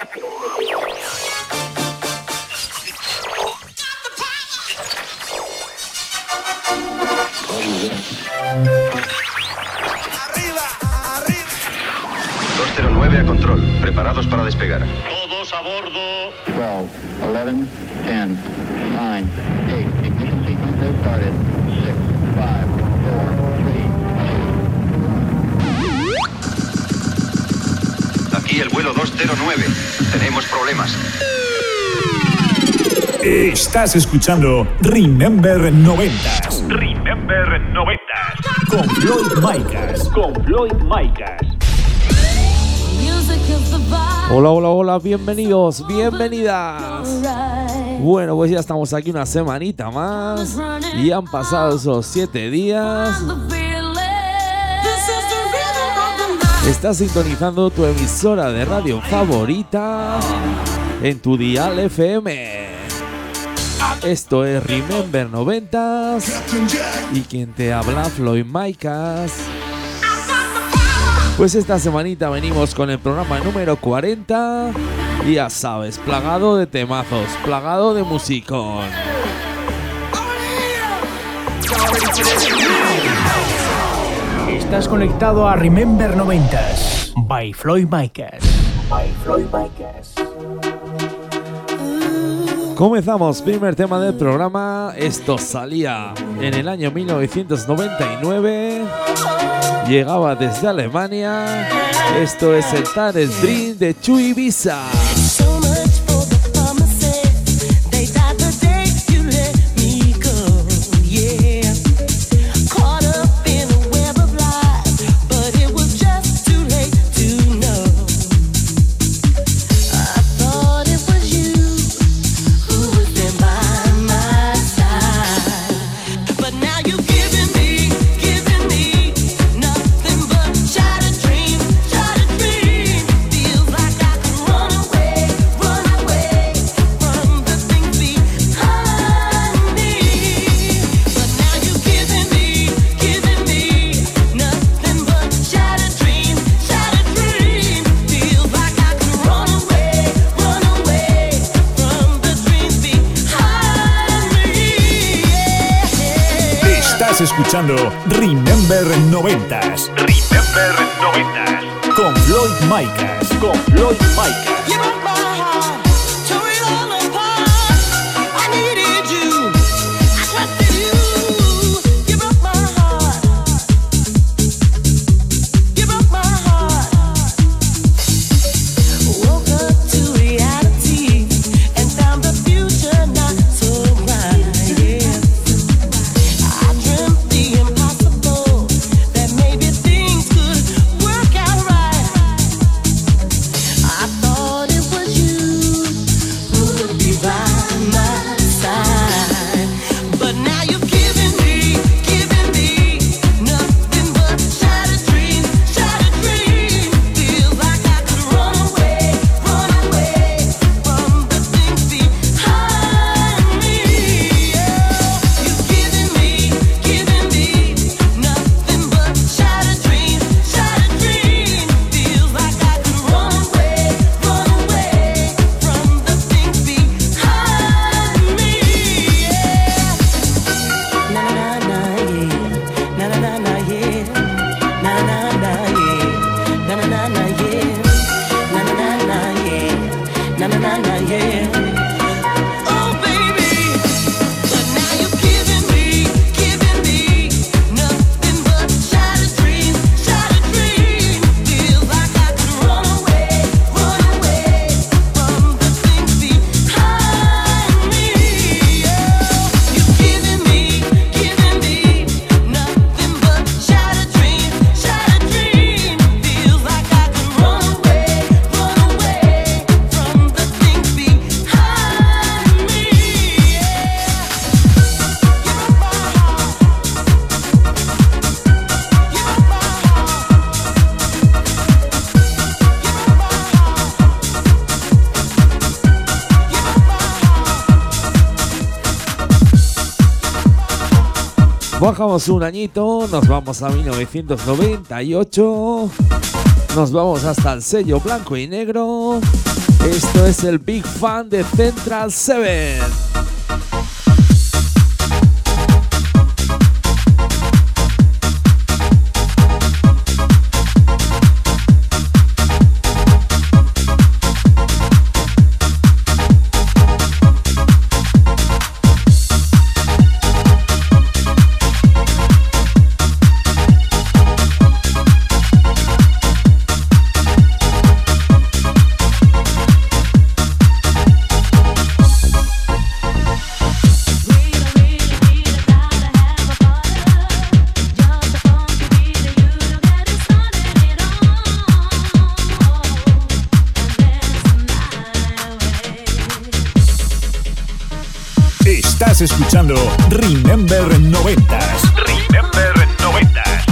a control, preparados para despegar. Todos a bordo. 12, 11, 10, 9, 8, ignition sequence has started. 6, 5, 4, 3, 2. Aquí el vuelo 209. Tenemos problemas. Estás escuchando Remember 90s. Remember 90s. Con Floyd Micas. Hola, bienvenidos, bienvenidas. Bueno, pues ya estamos aquí una semanita más y han pasado esos 7 días. Estás sintonizando tu emisora de radio favorita en tu dial FM. Esto es Remember 90s y quien te habla, Floyd Micas. Pues esta semanita venimos con el programa número 40 y ya sabes, plagado de temazos, plagado de musicón. Estás conectado a Remember 90s by Floyd Micas. Comenzamos, primer tema del programa. Esto salía en el año 1999. Llegaba desde Alemania. Esto es el Talent Dream de Chuy Ibiza. Escuchando Remember 90s. Remember 90s. Con Floyd Micas. Bajamos un añito, nos vamos a 1998 Nos vamos hasta el sello blanco y negro. Esto es el Big Fan de Central 7. Estás escuchando Remember 90s. Remember 90s.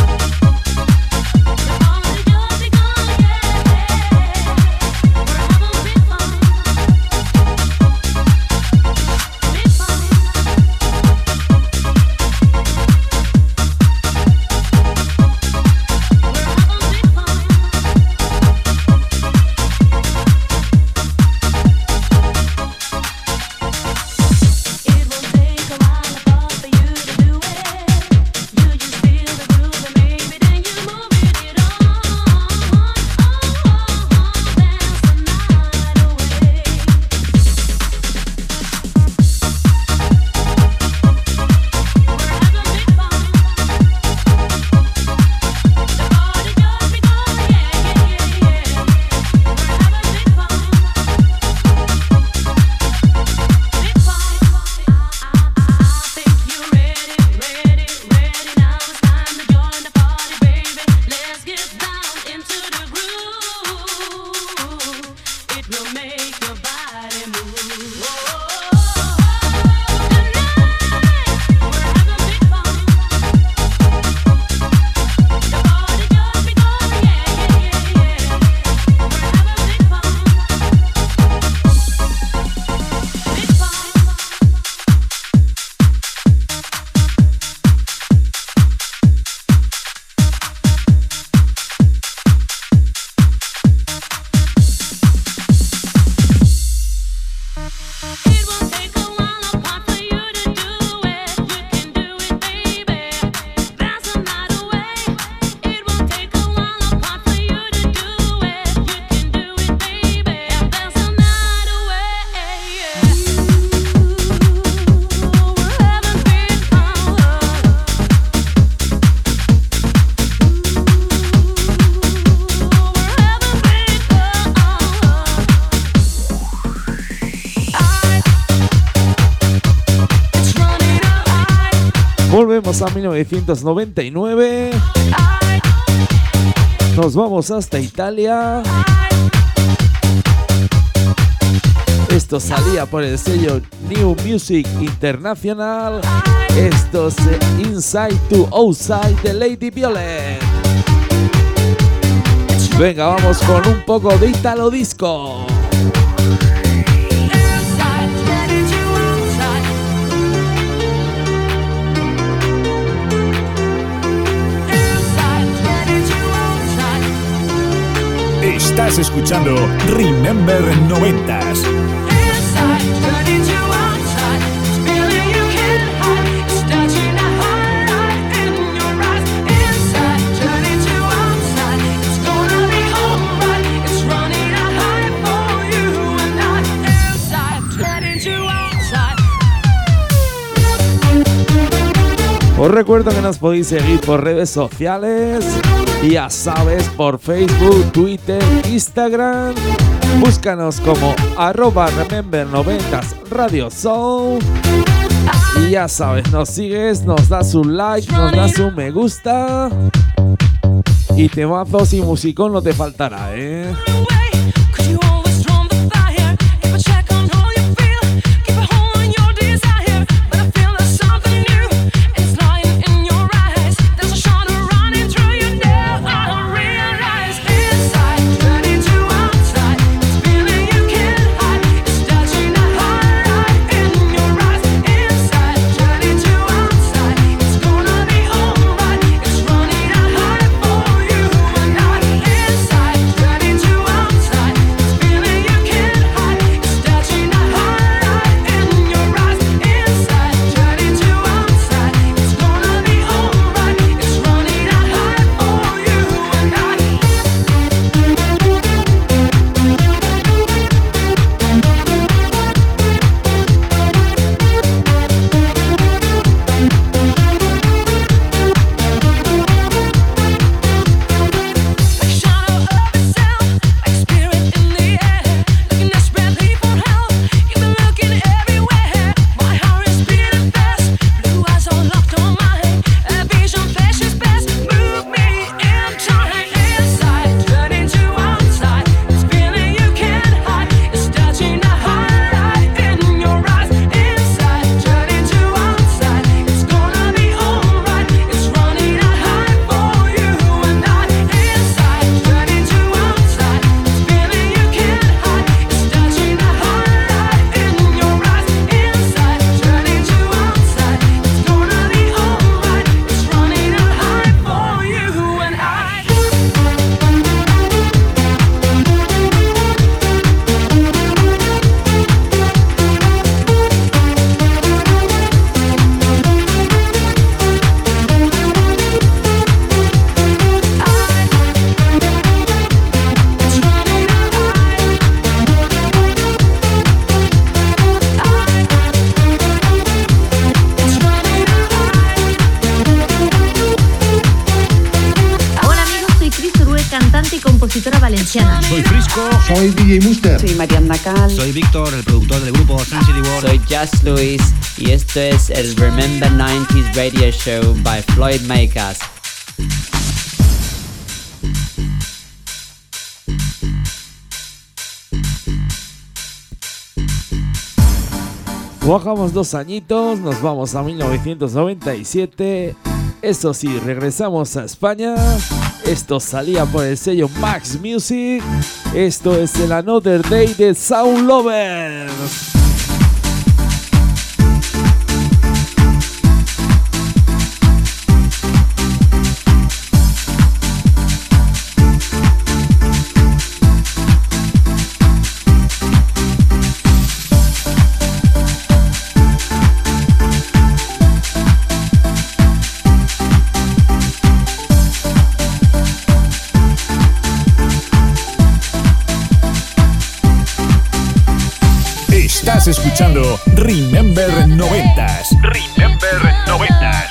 Volvemos a 1999. Nos vamos hasta Italia. Esto salía por el sello New Music International. Esto es Inside to Outside de Lady Violet. Venga, vamos con un poco de Italo Disco. Estás escuchando Remember 90s. Os recuerdo que nos podéis seguir por redes sociales, ya sabes, por Facebook, Twitter, Instagram. Búscanos como @Remember90s Radio Show. Y ya sabes, nos sigues, nos das un like, nos das un me gusta. Y temazos y musicón no te faltará, ¿eh? Inside Soy Frisco. Soy DJ Muster. Soy Mariana Cal. Soy Víctor, el productor del grupo Sun City World. Soy Just Luis y esto es el Remember 90s Radio Show by Floyd Makers. Bajamos 2 añitos, nos vamos a 1997. Eso sí, regresamos a España. Esto salía por el sello Max Music. Esto es el Another Day de Sound Lovers. Estás escuchando Remember 90s. Remember 90s.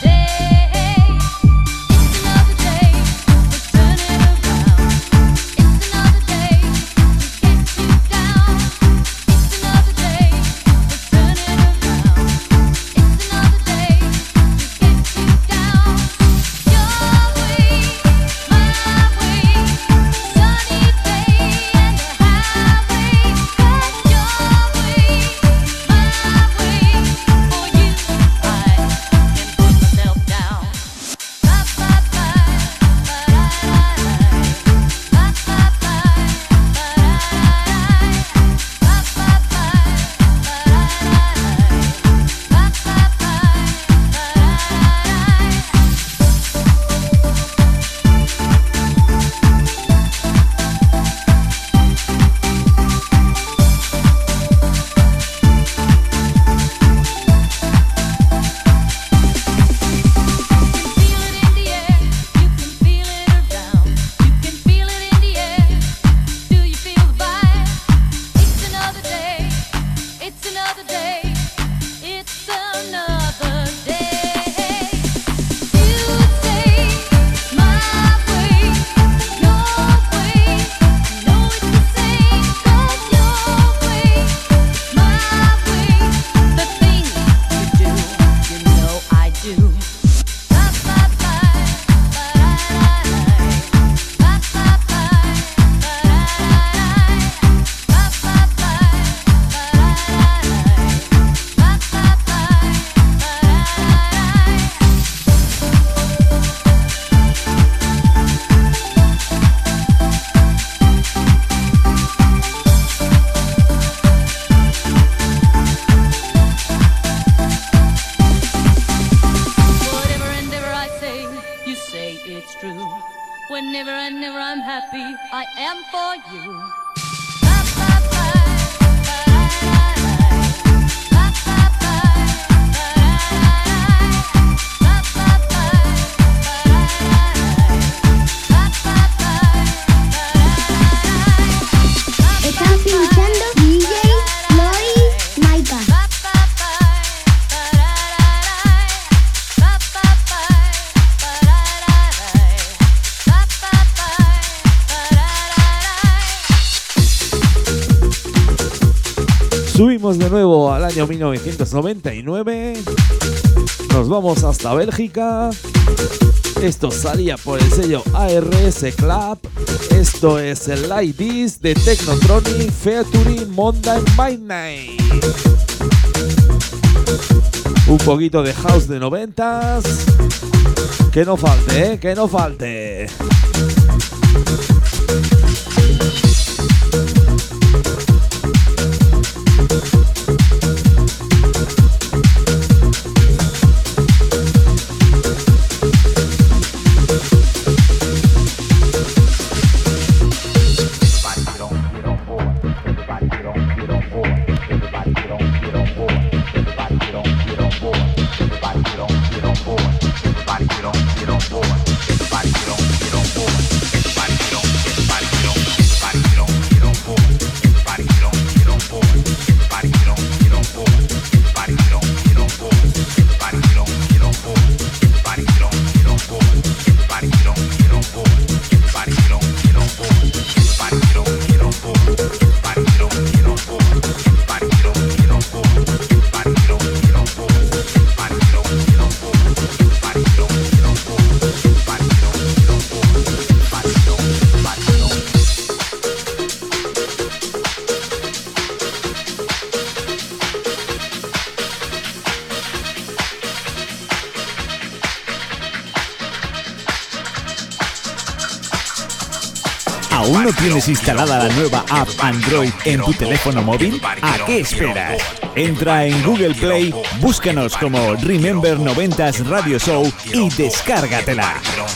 Subimos de nuevo al año 1999. Nos vamos hasta Bélgica. Esto salía por el sello ARS Club. Esto es el Like This de Technotronic featuring Monday Midnight. Un poquito de house de 90s. Que no falte, que no falte. Everybody get on board. ¿Aún no tienes instalada la nueva app Android en tu teléfono móvil? ¿A qué esperas? Entra en Google Play, búscanos como Remember 90s Radio Show y descárgatela.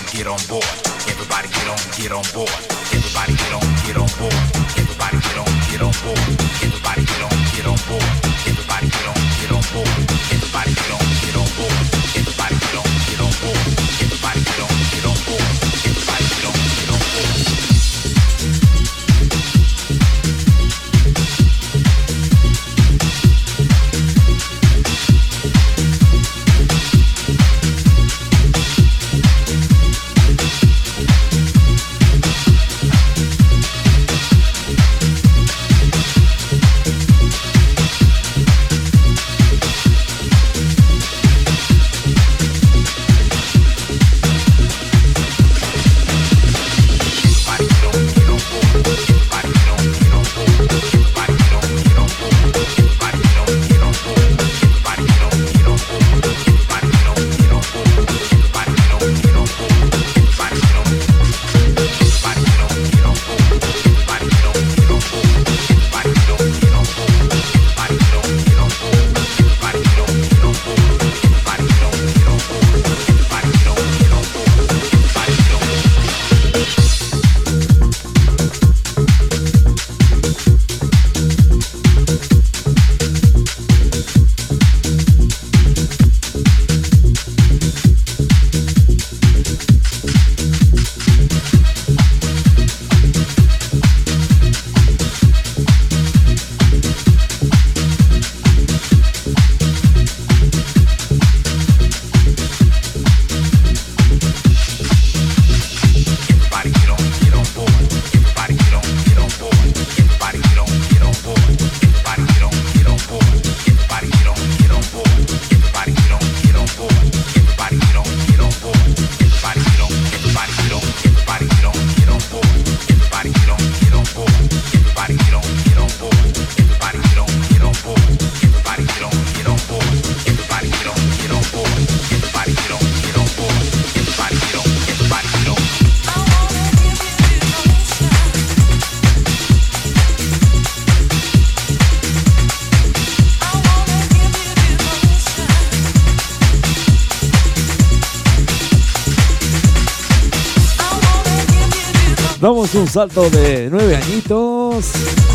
Damos un salto de 9 añitos.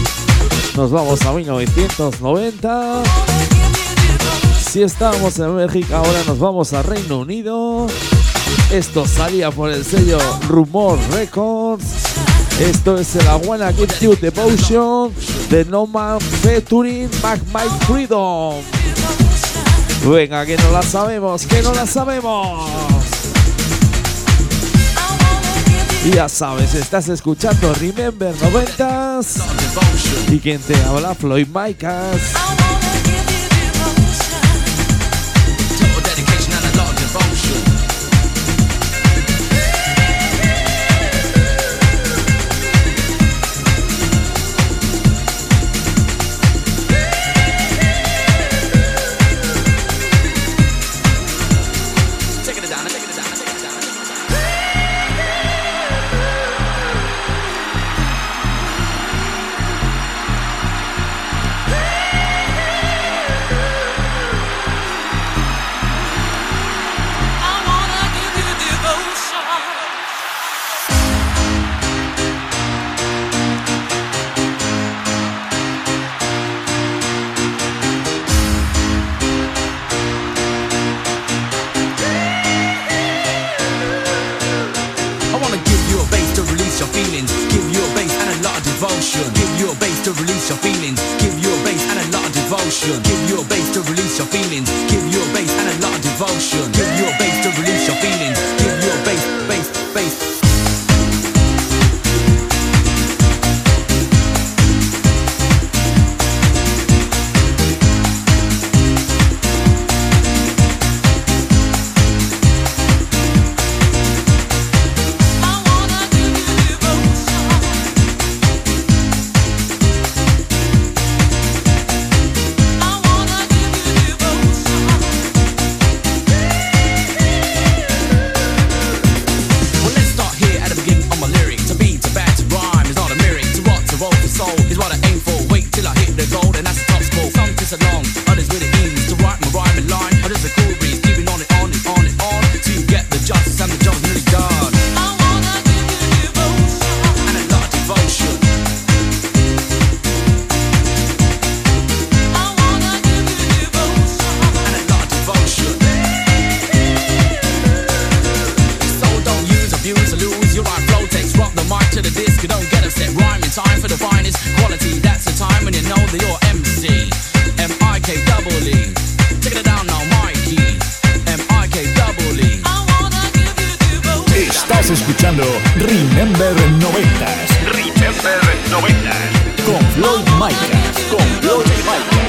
Nos vamos a 1990. Si estábamos en México, ahora nos vamos a Reino Unido. Esto salía por el sello Rumor Records. Esto es el I Wanna Give You Devotion de No Man featuring Mac Mike Freedom. Venga, que no la sabemos, que no la sabemos. Y ya sabes, estás escuchando Remember 90s. Y quien te habla, Floyd Micas. Double or MC, M-I-K double E. Take it down now, Mikey, M-I-K double E. Estás escuchando Remember 90s. Remember 90s. Con Floyd Micas. Con Floyd Micas.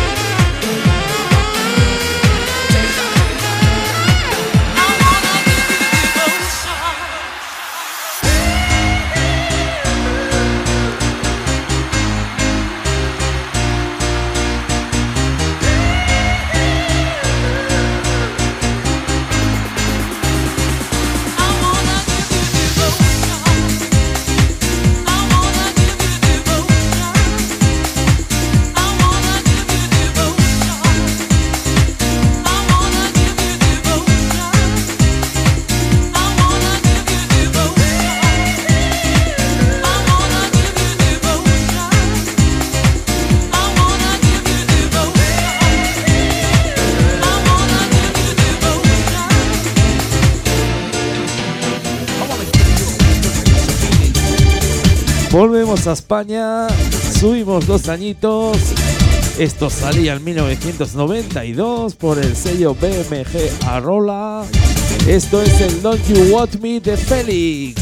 Volvemos a España, subimos 2 añitos. Esto salía en 1992 por el sello BMG Arola. Esto es el Don't You Want Me de Félix.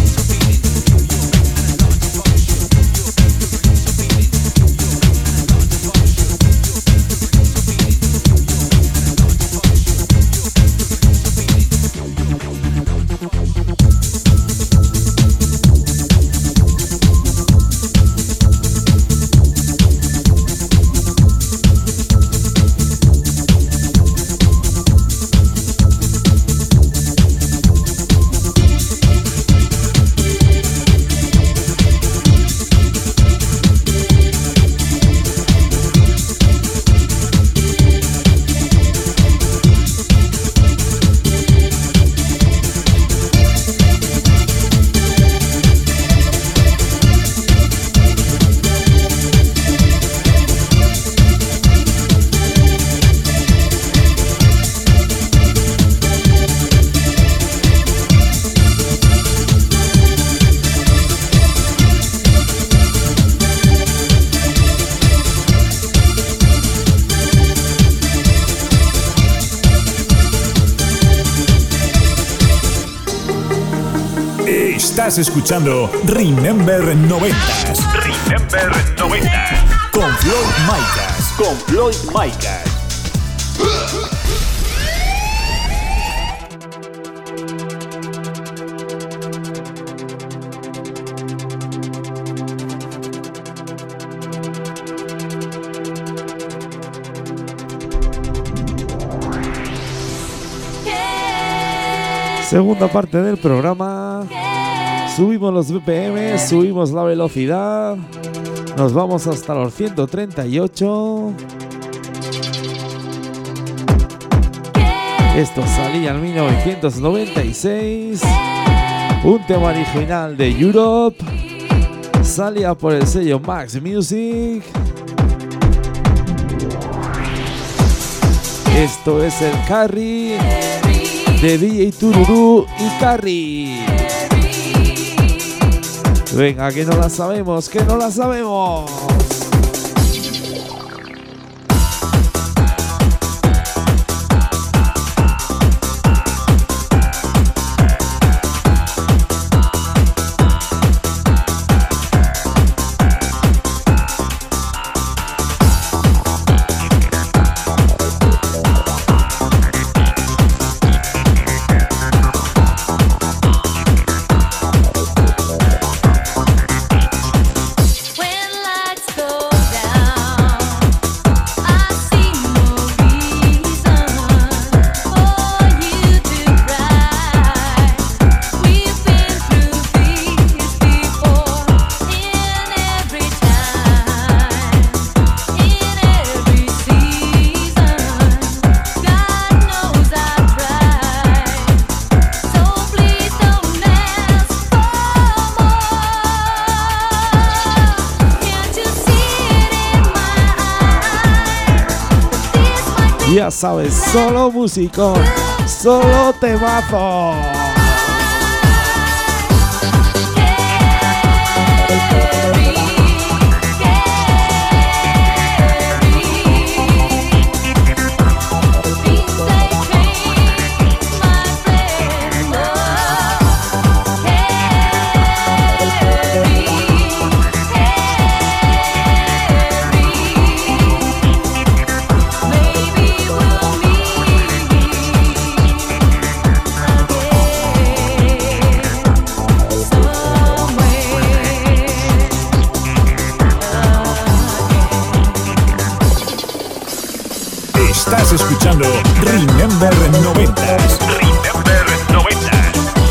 Estás escuchando Remember 90s. Remember 90s. Con Floyd Micas. Con Floyd Micas. Segunda parte del programa. Subimos los BPM, subimos la velocidad. Nos vamos hasta los 138. Esto salía en 1996. Un tema original de Europe. Salía por el sello Max Music. Esto es el Carry de DJ Tururú y Carry. Venga, que no la sabemos, que no la sabemos. Ya sabes, solo músico, solo temazo. Estás escuchando Remember 90s. Remember 90s.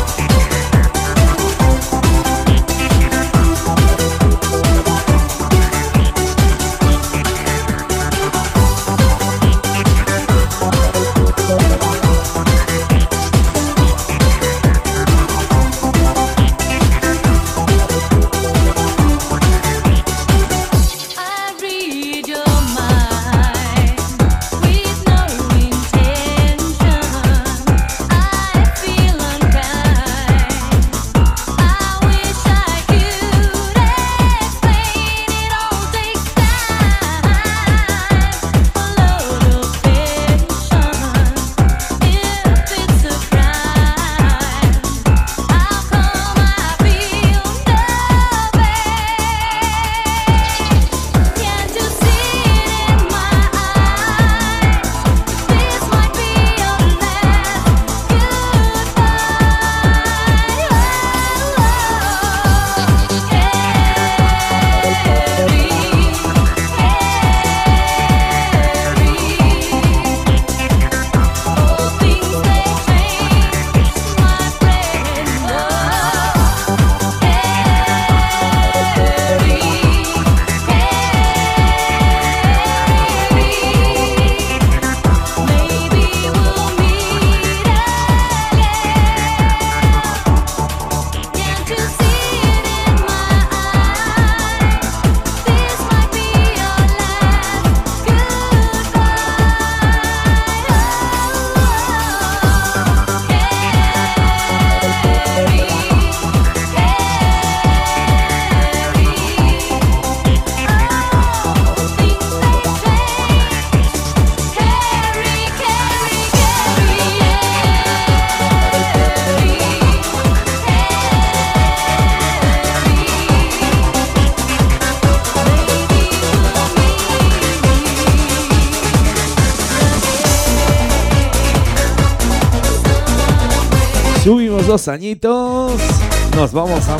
Subimos 2 añitos, nos vamos a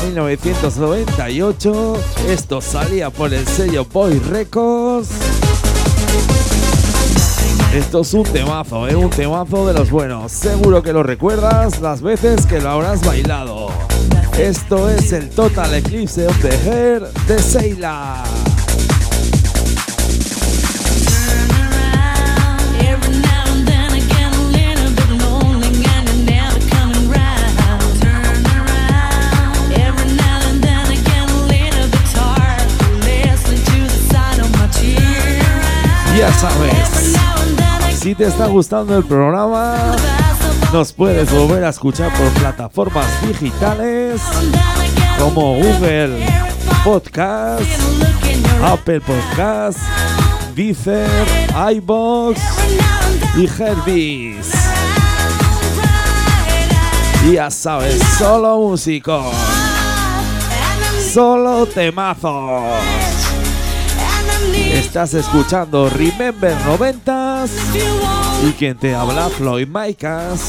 1998. Esto salía por el sello Boy Records. Esto es un temazo de los buenos. Seguro que lo recuerdas las veces que lo habrás bailado. Esto es el Total Eclipse of the Heart de Seila. Ya sabes, si te está gustando el programa, nos puedes volver a escuchar por plataformas digitales como Google Podcast, Apple Podcast, Deezer, iVoox y Herbis. Y ya sabes, solo músicos, solo temazos. Estás escuchando Remember 90s y quien te habla, Floyd Micas.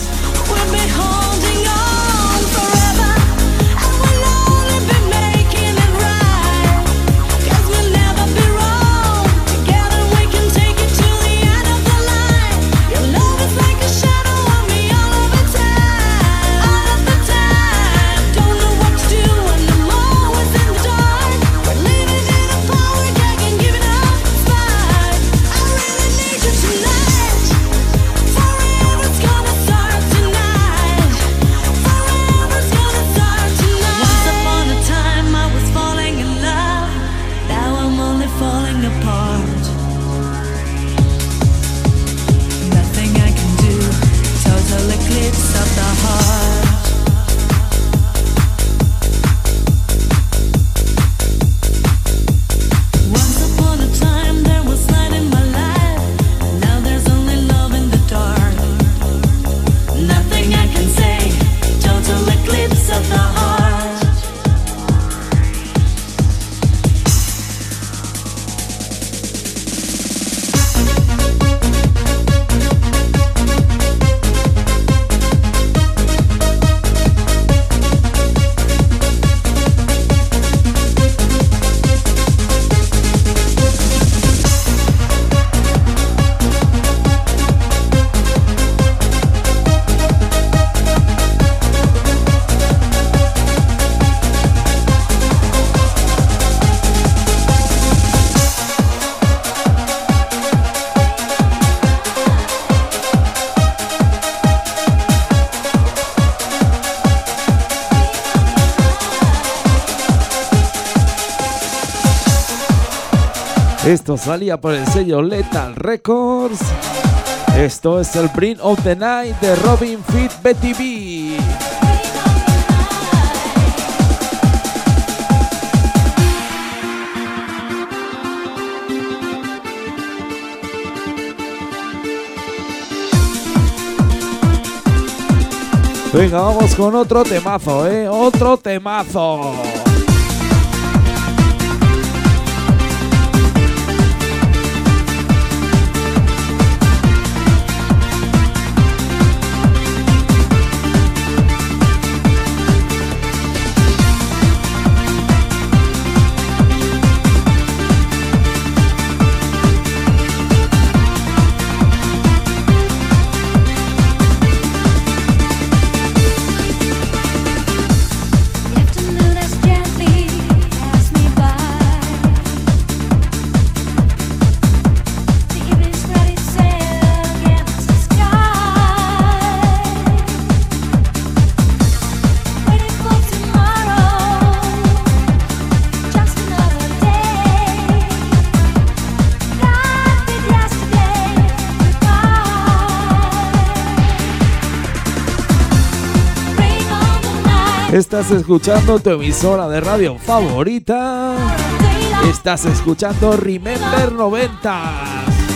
Esto salía por el sello Lethal Records. Esto es el Bring of the Night de Robin Feet Betty B. Venga, vamos con otro temazo, otro temazo. Estás escuchando tu emisora de radio favorita. Estás escuchando Remember 90.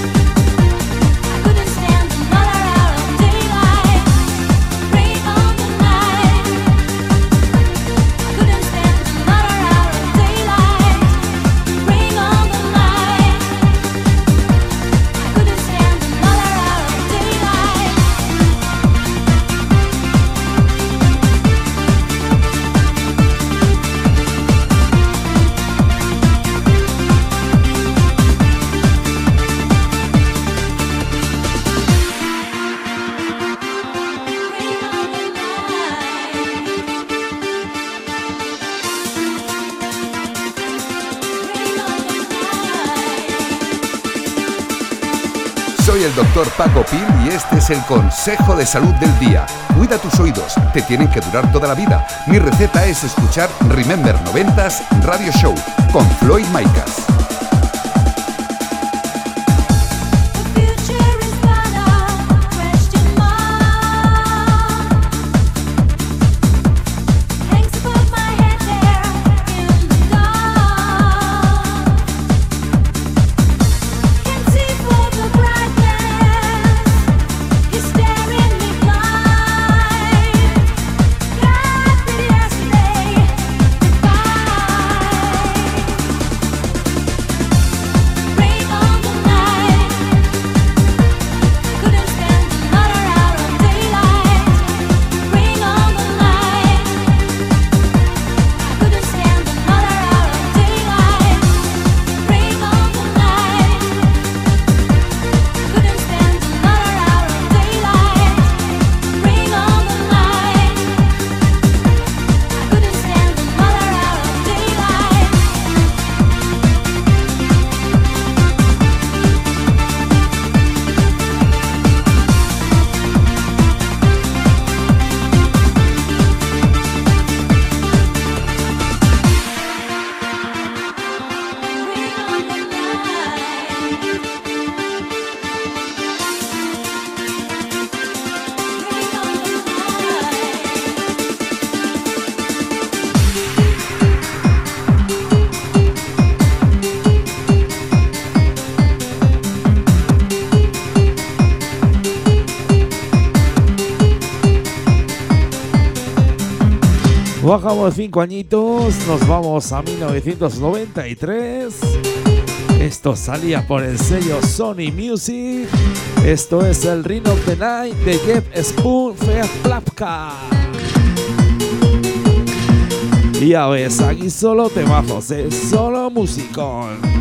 Soy el Dr. Paco Pil y este es el consejo de salud del día. Cuida tus oídos, te tienen que durar toda la vida. Mi receta es escuchar Remember 90s Radio Show con Floyd Micas. Bajamos 5 añitos, nos vamos a 1993. Esto salía por el sello Sony Music. Esto es el Ring of the Night de Jeff Spoon Feat Plapka. Y ya ves, aquí solo temazos, solo musicón.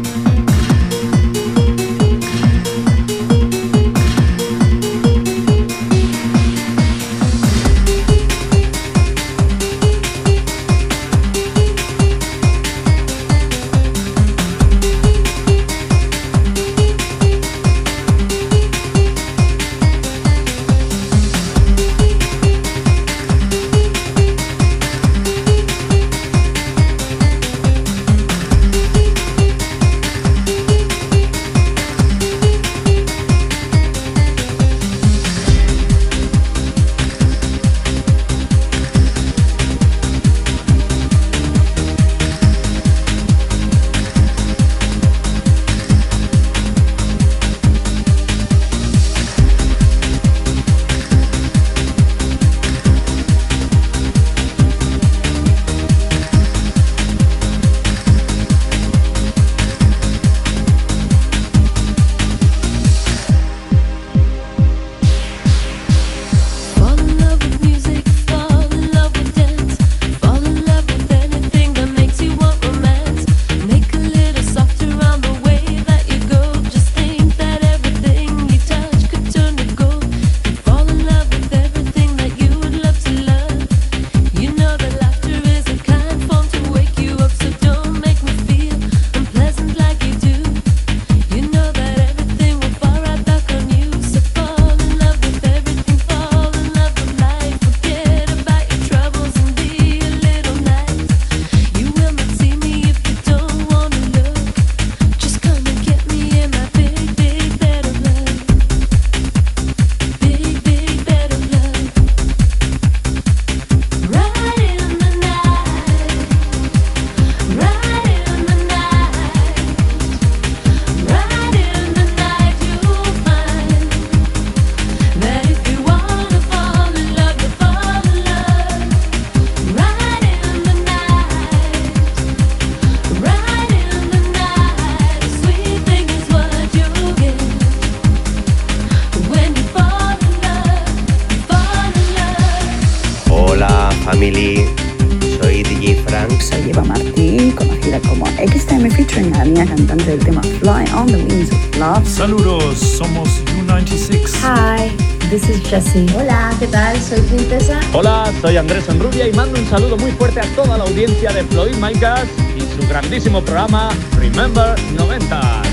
cantante del tema Fly on the Wings of Love. Saludos, somos U96. Hi, this is Jessie. Hola, ¿qué tal? Soy Princesa. Hola, soy Andrés Enrubia y mando un saludo muy fuerte a toda la audiencia de Floyd Micas y su grandísimo programa Remember 90.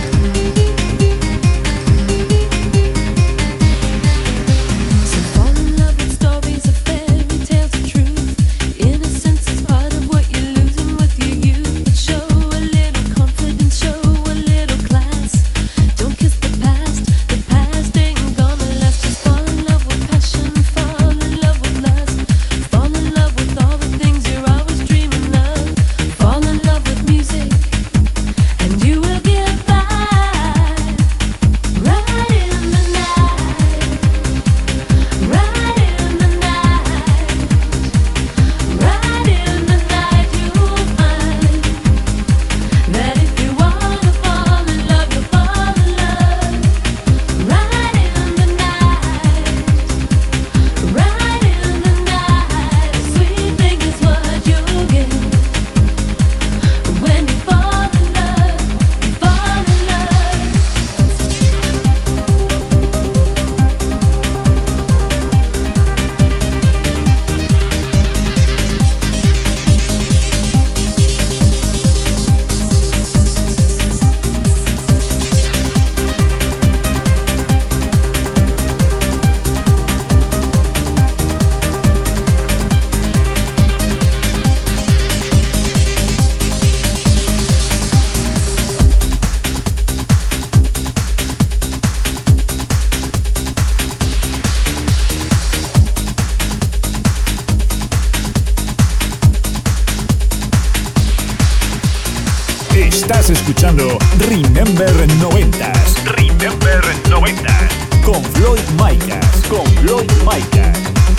Estás escuchando Remember 90s. Remember 90s. Con Floyd Micas. Con Floyd Micas.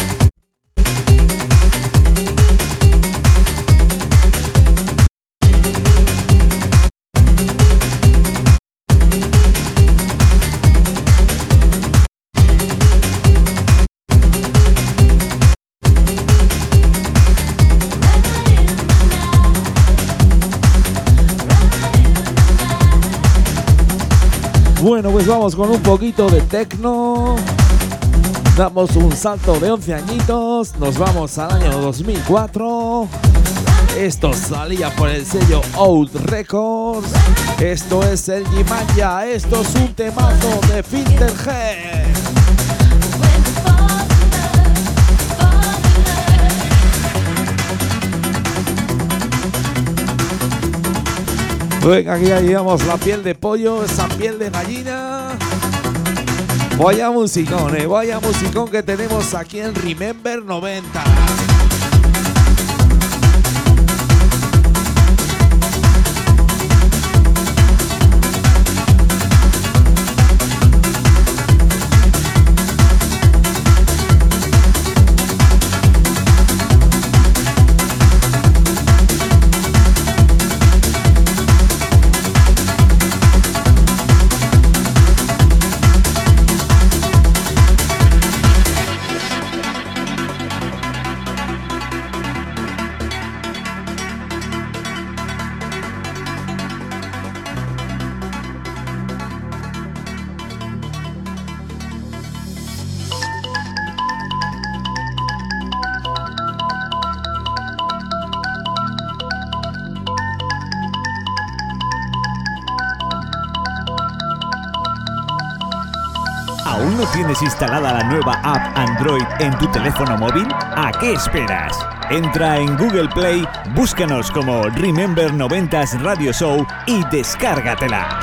Bueno, pues vamos con un poquito de techno. Damos un salto de 11 añitos. Nos vamos al año 2004. Esto salía por el sello Old Records. Esto es el Jimanya. Esto es un temazo de Filterhead. Venga, aquí ya llevamos la piel de pollo, esa piel de gallina. Vaya musicón, vaya musicón que tenemos aquí en Remember 90. ¿Aún no tienes instalada la nueva app Android en tu teléfono móvil? ¿A qué esperas? Entra en Google Play, búscanos como Remember 90s Radio Show y descárgatela.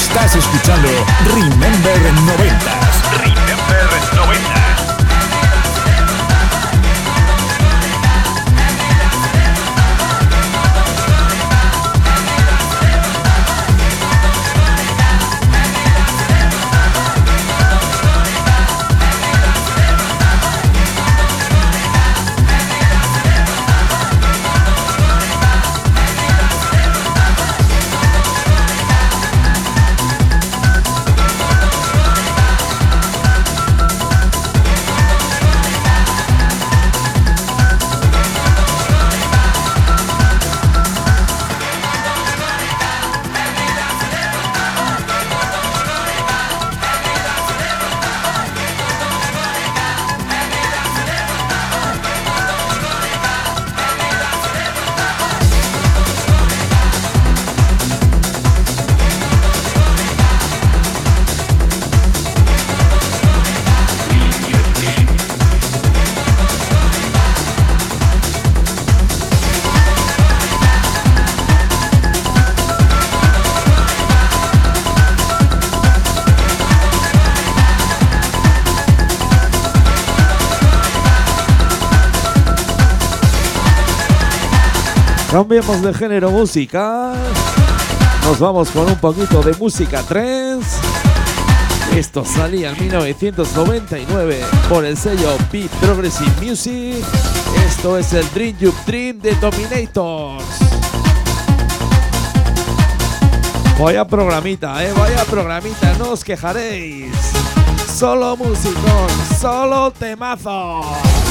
Estás escuchando Remember 90s. Remember 90s. Cambiamos de género musical. Nos vamos con un poquito de música trance. Esto salía en 1999 por el sello Beat Progressive Music. Esto es el Dream You Dream de Dominators. Vaya programita, vaya programita, no os quejaréis. Solo musicón, solo temazo.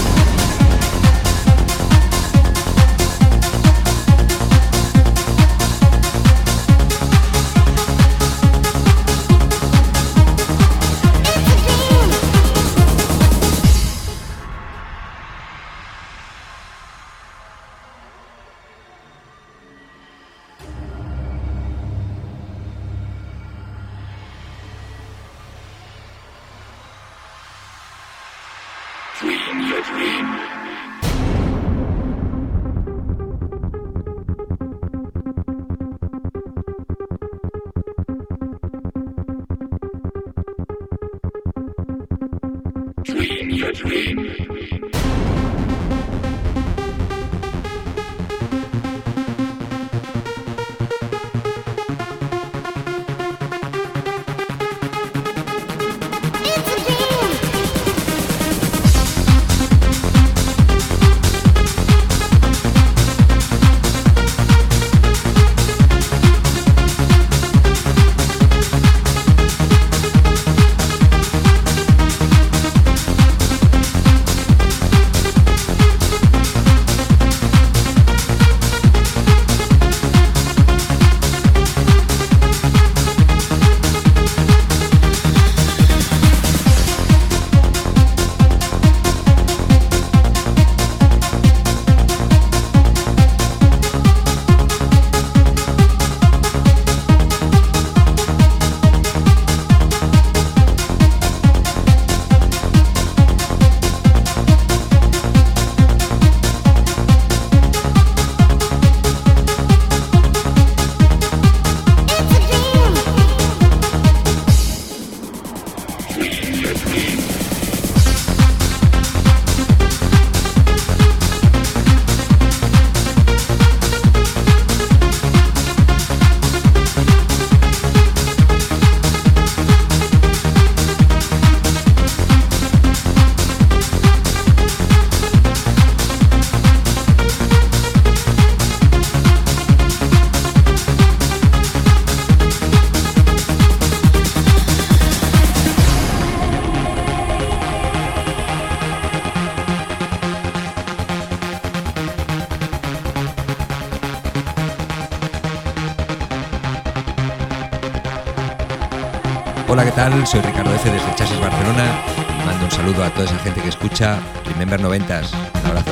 Hola, ¿qué tal? Soy Ricardo F. desde Chasis Barcelona y mando un saludo a toda esa gente que escucha Remember 90s. Un abrazo.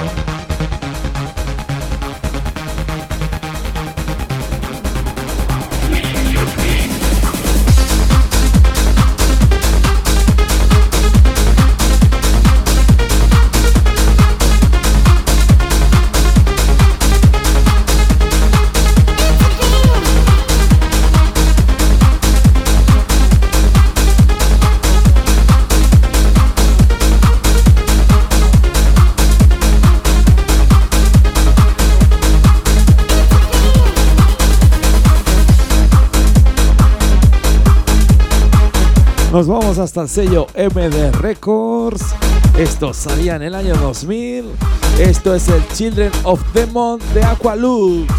Nos vamos hasta el sello MD Records. Esto salía en el año 2000. Esto es el Children of Demon de Aqualux.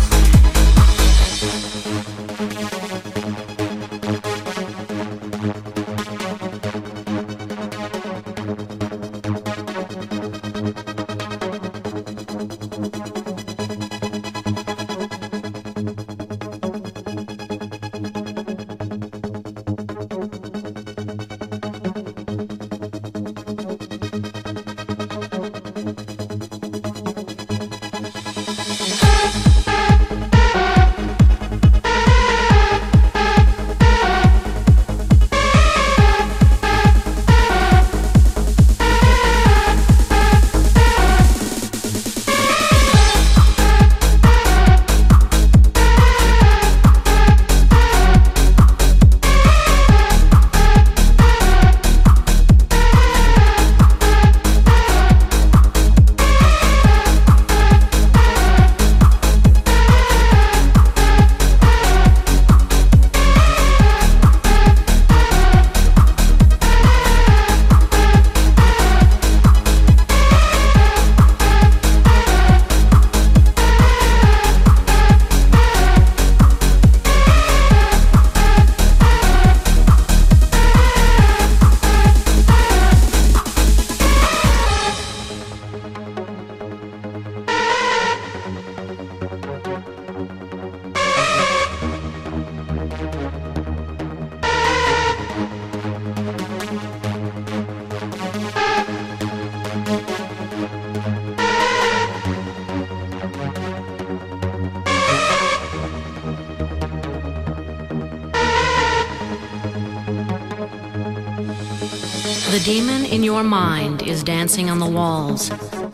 The demon in your mind is dancing on the walls,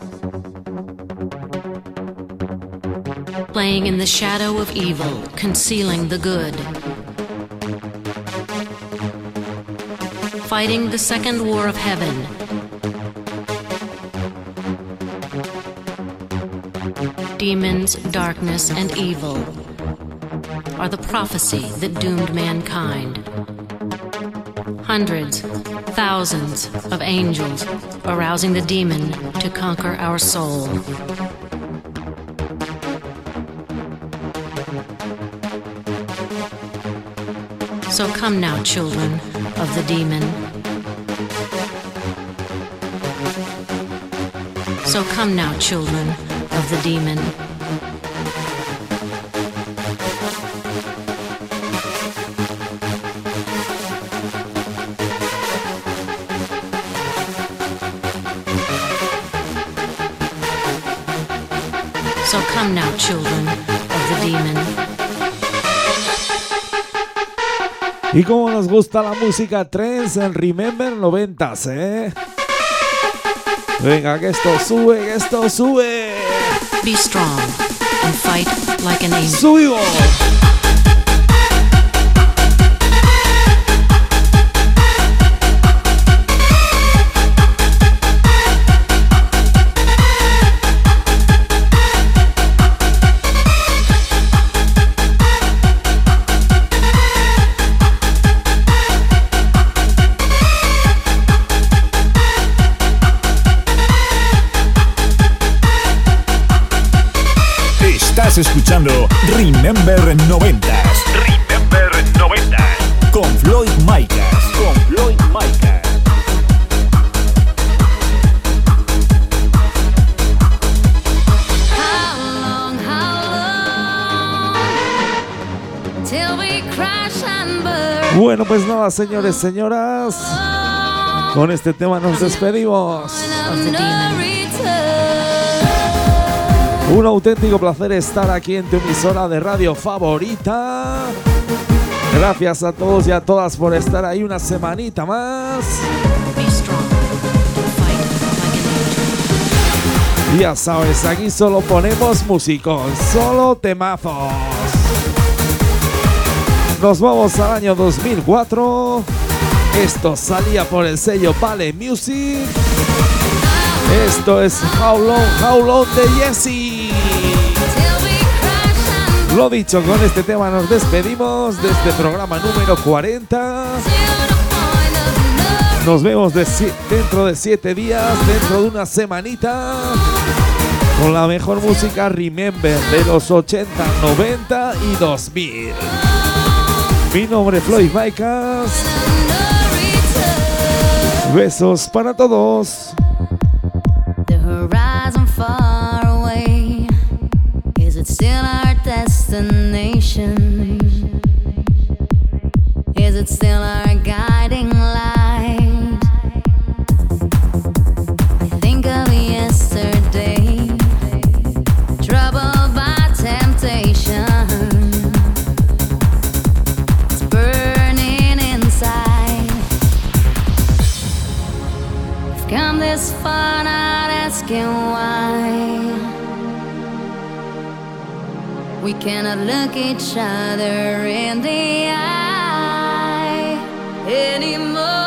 playing in the shadow of evil, concealing the good, fighting the second war of heaven. Demons, darkness, and evil are the prophecy that doomed mankind. Hundreds, thousands of angels arousing the demon to conquer our soul. So come now, children of the demon. So come now, children of the demon. So come now, children of the demon. Y como nos gusta la música trance en Remember 90s, ¿eh? Venga, que esto sube, que esto sube. Be strong and fight like an angel. ¡Subimos! Estás escuchando Remember 90s. Remember 90s. Con Floyd Micas. Con Floyd Micas. Bueno, pues nada, señores, señoras. Con este tema nos despedimos. Un auténtico placer estar aquí en tu emisora de radio favorita. Gracias a todos y a todas por estar ahí una semanita más. Ya sabes, aquí solo ponemos músicos, solo temazos. Nos vamos al año 2004. Esto salía por el sello Vale Music. Esto es How Long de Jessie. Lo dicho, con este tema nos despedimos de este programa número 40. Nos vemos dentro de 7 días, dentro de una semanita, con la mejor música Remember de los 80, 90 y 2000. Mi nombre es Floyd Micas. Besos para todos. The horizon far away. Is it still our destination? Is it still our guiding light? I think of yesterday, troubled by temptation. It's burning inside. We've come this far, not asking why. We cannot look each other in the eye anymore.